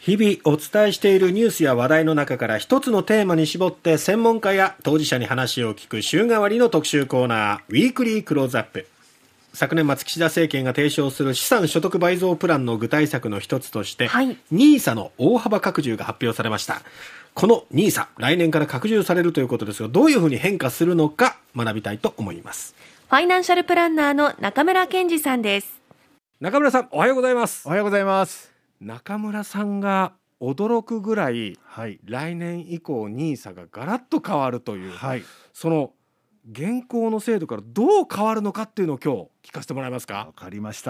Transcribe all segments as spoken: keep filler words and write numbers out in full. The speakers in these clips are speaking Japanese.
日々お伝えしているニュースや話題の中から一つのテーマに絞って専門家や当事者に話を聞く週替わりの特集コーナー、ウィークリークローズアップ。昨年末岸田政権が提唱する資産所得倍増プランの具体策の一つとして、はい、ニーサ の大幅拡充が発表されました。この ニーサ 来年から拡充されるということですが、どういうふうに変化するのか学びたいと思います。 ファイナンシャルプランナーの中村健二さんです。 中村さん、おはようございます。 おはようございます。 中村さんが驚くぐらい、 はい、 来年以降 ニーサ がガラッと変わるという、 はい、 その現行の制度からどう変わるのかっていうのを今日聞かせてもらえますか。 わかりました。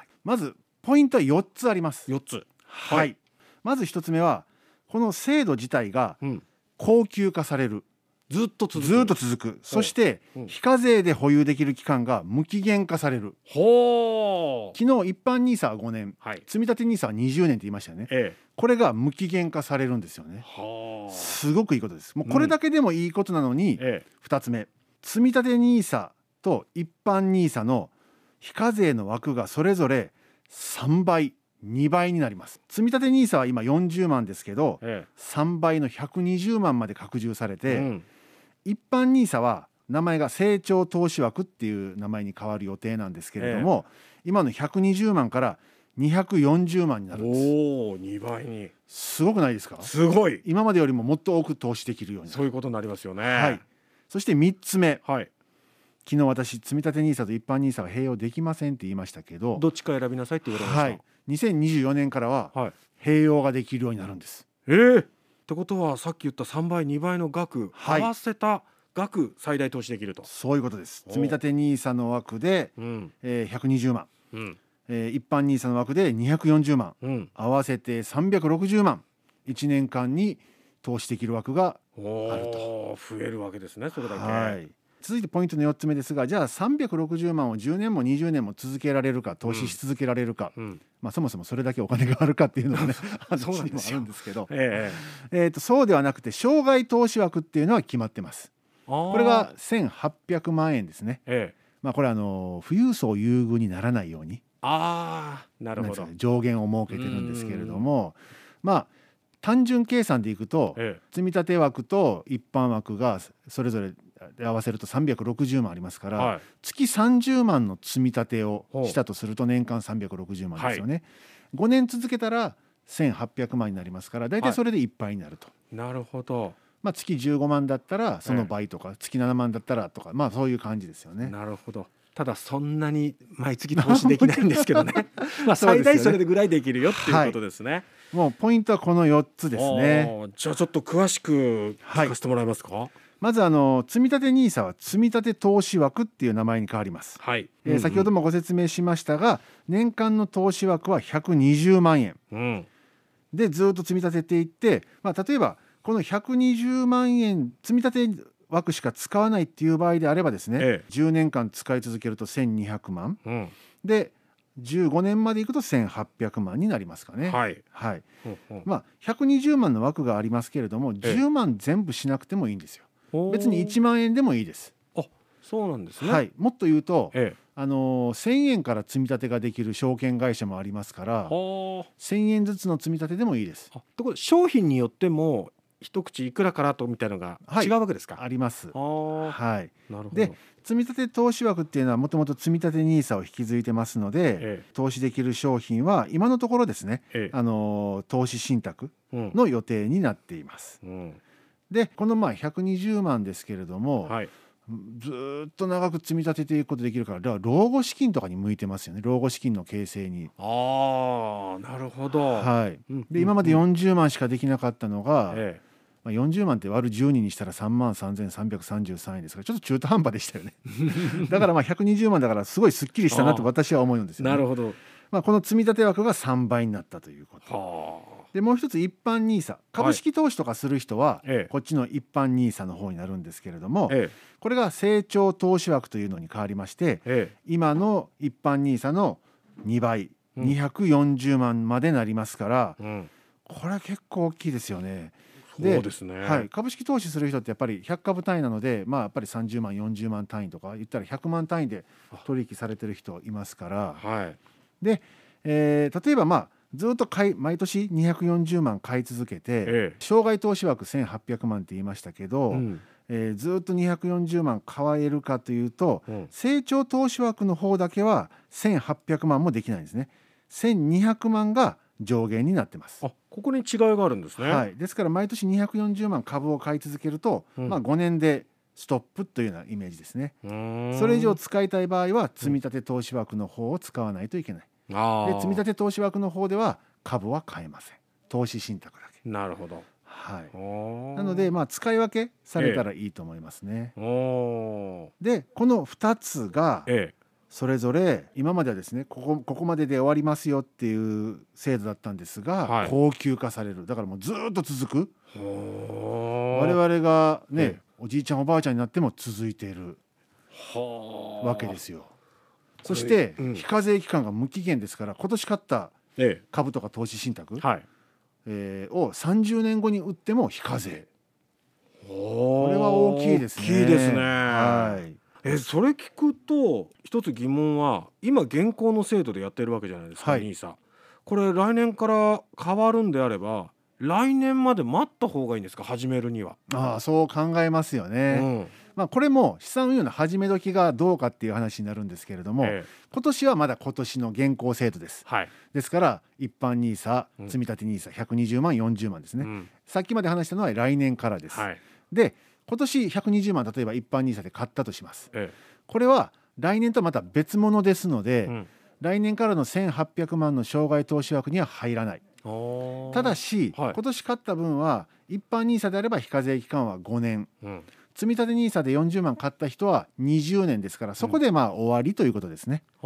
まずポイントはよっつあります。 よっつ、 はいはい、まずひとつめはこの制度自体が恒久化される、 ずっと続くずっと続く。そして非課税で保有できる期間が無期限化される。 ほー。 昨日一般ニーサはごねん、はい、積立 ニーサはにじゅうねんって言いましたよね、ええ、これが無期限化されるんですよね。はすごくいいことです。もうこれだけでもいいことなのに、うんええ、ふたつめ、積立 ニーサと一般ニーサの非課税の枠がそれぞれさんばいにばいになります。積立 ニーサは今よんじゅうまんですけど、ええ、さんばいのひゃくにじゅうまんまで拡充されて、うん、一般ニーサは名前が成長投資枠っていう名前に変わる予定なんですけれども、ええ、今のひゃくにじゅうまんからにひゃくよんじゅうまんになるんです。 おー、にばいに。 すごくないですか。 すごい。 今までよりももっと多く投資できるようになる。 そういうことになりますよね。 はい、そしてみっつめ、 はい、 昨日私積立 ニーサと一般ニーサは併用できませんって言いましたけど、 どっちか選びなさいって言われました。はい、 にせんにじゅうよねんからは併用ができるようになるんです。 えー、ってことはさっき言ったさんばいにばいの額、はい、合わせた額最大投資できると。 そういうことです。積立 ニーサの枠で、うんえー、ひゃくにじゅうまん、うんえー、一般ニーサの枠でにひゃくよんじゅうまん、うん、合わせてさんびゃくろくじゅうまん、いちねんかんに投資できる枠があると。 増えるわけですね、それだけ。 はい、続いてポイントのよっつめですが、じゃあさんびゃくろくじゅうまんをじゅうねんもにじゅうねんも続けられるか、投資し続けられるか、うんまあ、そもそもそれだけお金があるかっていうのもね話にもあるんですけど、えええー、とそうではなくて生涯投資枠っていうのは決まってます。これがせんはっぴゃくまんえんですね、ええまあ、これはあの富裕層優遇にならないようにあなるほど上限を設けてるんですけれども、まあ単純計算でいくと、ええ、積立枠と一般枠がそれぞれ合わせるとさんびゃくろくじゅうまんありますから、はい、月さんじゅうまんの積み立てをしたとすると年間さんびゃくろくじゅうまんですよね、はい、ごねん続けたらせんはっぴゃくまんになりますから、だいたいそれでいっぱいになると、 はい、なるほど。 まあ、月じゅうごまんだったらその倍とか、ええ、月ななまんだったらとか、まあそういう感じですよね。 なるほど。ただそんなに毎月投資できないんですけどねまあ最大それでぐらいできるよっていうことですね。はい、 もうポイントはこのよっつですね。 じゃあちょっと詳しく聞かせてもらえますか。はい、 まずあの積立 ニーサは積立投資枠っていう名前に変わります。はいえーうんうん、先ほどもご説明しましたが、年間の投資枠はひゃくにじゅうまんえん、うん、でずっと積み立てていって、まあ、例えばこのひゃくにじゅうまんえん積み立て枠しか使わないっていう場合であればですね、ええ、じゅうねんかん使い続けるとせんにひゃくまん、うん、でじゅうごねんまでいくとせんはっぴゃくまんになりますかね。はいはいうんうん、まあひゃくにじゅうまんの枠がありますけれども、じゅうまん全部しなくてもいいんですよ。別にいちまんえんでもいいです。 あ、そうなんですね。 はい、もっと言うと、ええ、あのせんえんから積み立てができる証券会社もありますから、せんえんずつの積み立てでもいいです。 あ、ところで商品によっても一口いくらからとみたいなのが違うわけですか。 はい、あります。はい、 なるほど。 で積立投資枠っていうのはもともと積立 ニーサを引き継いでますので、ええ、投資できる商品は今のところですね、ええ、あの投資信託の予定になっています。うん、でこのまあひゃくにじゅうまんですけれども、はい、ずっと長く積み立てていくことできるから、老後資金とかに向いてますよね。老後資金の形成に。 ああ、なるほど。 はい、で今までよんじゅうまんしかできなかったのが、ええまあ、よんじゅうまんって割るじゅうににしたらさんまんさんぜんさんびゃくさんじゅうさんえんですから、ちょっと中途半端でしたよねだからまあひゃくにじゅうまんだからすごいすっきりしたなと私は思うんですよね。 なるほど。 まあ、この積立枠がさんばいになったということ。はでもう一つ一般ニーサ、株式投資とかする人は、はい、こっちの一般ニーサの方になるんですけれども、ええ、これが成長投資枠というのに変わりまして、ええ、今の一般ニーサのにばい、うん、にひゃくよんじゅうまんまでなりますから、うん、これは結構大きいですよね。でそうですね。 はい、株式投資する人ってやっぱりひゃくかぶ単位なので、まあ、やっぱりさんじゅうまんよんじゅうまん単位とか言ったらひゃくまん単位で取引されてる人いますから、はい、で、えー、例えばまあずっと買い毎年にひゃくよんじゅうまん買い続けて、ええ、生涯投資枠せんはっぴゃくまんって言いましたけど、うんえー、ずっとにひゃくよんじゅうまん買えるかというと、うん、成長投資枠の方だけはせんはっぴゃくまんもできないんですね。せんにひゃくまんが上限になってます。 あ、ここに違いがあるんですね。 はい、ですから毎年にひゃくよんじゅうまん株を買い続けると、うんまあ、ごねんでストップというようなイメージですね。それ以上使いたい場合は積立投資枠の方を使わないといけない。うん、で積立投資枠の方では株は買えません。投資信託だけ。 なるほど。 はい、なので、まあ、使い分けされたらいいと思いますね。ええ、でこのふたつがそれぞれ今まではですねここ、ここまでで終わりますよっていう制度だったんですが、はい、高級化される。だからもうずっと続く。我々がね、ええ、おじいちゃんおばあちゃんになっても続いているわけですよ。そして、うん、非課税期間が無期限ですから今年買った株とか投資信託、ええはいえー、をさんじゅうねんごに売っても非課税。これは大きいですね。 大きいですね、はい、えそれ聞くと一つ疑問は今現行の制度でやってるわけじゃないですか、はい、ニーサ。これ来年から変わるんであれば来年まで待った方がいいんですか、始めるには。 ああそう考えますよね、うんまあ、これも資産運用の始め時がどうかっていう話になるんですけれども、ええ、今年はまだ今年の現行制度です、はい、ですから一般ニーサ、積立ニーサひゃくにじゅうまんよんじゅうまんですね、うん、さっきまで話したのは来年からです、はい、で今年ひゃくにじゅうまん例えば一般ニーサで買ったとします、ええ、これは来年とまた別物ですので、うん、来年からのせんはっぴゃくまんの生涯投資枠には入らない。ただし、はい、今年買った分は一般ニーサであれば非課税期間はごねん、うん積立 ニーサでよんじゅうまん買った人はにじゅうねんですからそこでまあ終わりということですね、うん、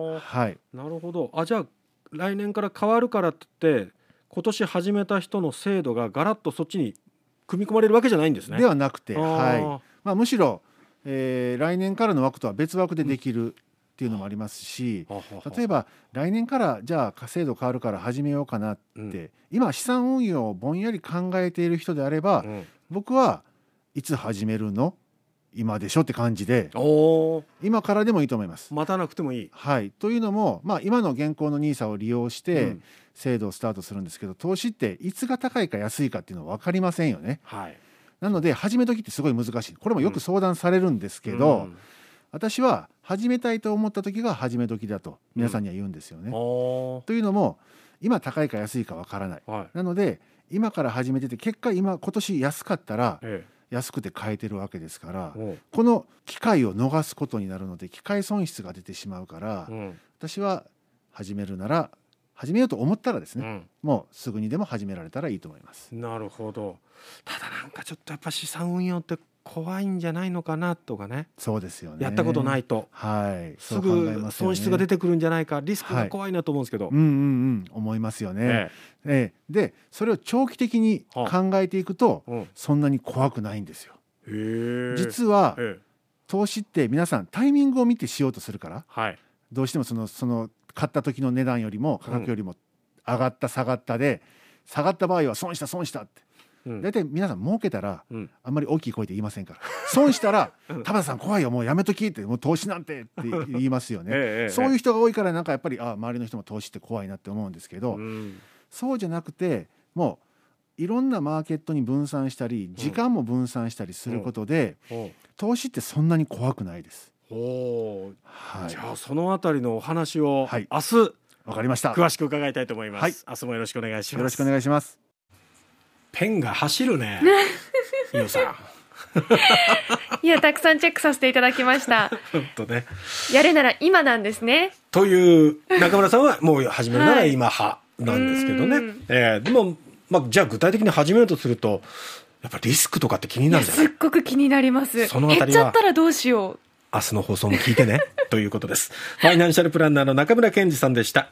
はい、なるほど。あじゃあ来年から変わるからって今年始めた人の制度がガラッとそっちに組み込まれるわけじゃないんですね。 ではなくて、はいまあ、むしろ、えー、来年からの枠とは別枠でできるっていうのもありますし、うん、例えば来年からじゃあ制度変わるから始めようかなって、うん、今資産運用をぼんやり考えている人であれば、うん、僕はいつ始めるの今でしょって感じで今からでもいいと思います。 待たなくてもいい、 はい、というのも、まあ、今の現行のニーサを利用して制度をスタートするんですけど、投資っていつが高いか安いかっていうのは分かりませんよね、はい、なので始め時ってすごい難しい。これもよく相談されるんですけど、うん、私は始めたいと思った時が始め時だと皆さんには言うんですよね、うん、というのも今高いか安いか分からない、はい、なので今から始めてて結果今今年安かったら、ええ安くて買えてるわけですからこの機会を逃すことになるので機会損失が出てしまうから、うん、私は始めるなら始めようと思ったらですね、うん、もうすぐにでも始められたらいいと思います。 なるほど。ただなんかちょっとやっぱ資産運用って怖いんじゃないのかなとかね。 そうですよね。 やったことないと、 はい、 すぐ損失が出てくるんじゃないか、リスクが怖いなと思うんですけど、 はい、うんうんうん思いますよね、ええええ、でそれを長期的に考えていくと、うん、そんなに怖くないんですよ。へ実は、ええ、投資って皆さんタイミングを見てしようとするから、はい、どうしてもその、その買った時の値段よりも価格よりも上がった下がったで、うん、下がった場合は損した損したって大体、うん、皆さん儲けたら、うん、あんまり大きい声で言いませんから損したら田畑さん怖いよもうやめときってもう投資なんてって言いますよね、ええ、そういう人が多いからなんかやっぱりあ周りの人も投資って怖いなって思うんですけど、うん、そうじゃなくてもういろんなマーケットに分散したり時間も分散したりすることで、うんうん、投資ってそんなに怖くないです。お、 はい、じゃあそのあたりのお話を、はい、明日わかりました詳しく伺いたいと思います、はい、明日もよろしくお願いします。 よろしくお願いします。 ペンが走るね伊代さんいやたくさんチェックさせていただきました本当ねやるなら今なんですねという中村さんはもう始めるなら今派なんですけどね、はいえー、でも、まあ、じゃあ具体的に始めようとするとやっぱリスクとかって気になるじゃない。 すっごく気になります。そのあたりは減っちゃったらどうしよう。 明日の放送も聞いてねということです。ファイナンシャルプランナーの中村健二さんでした。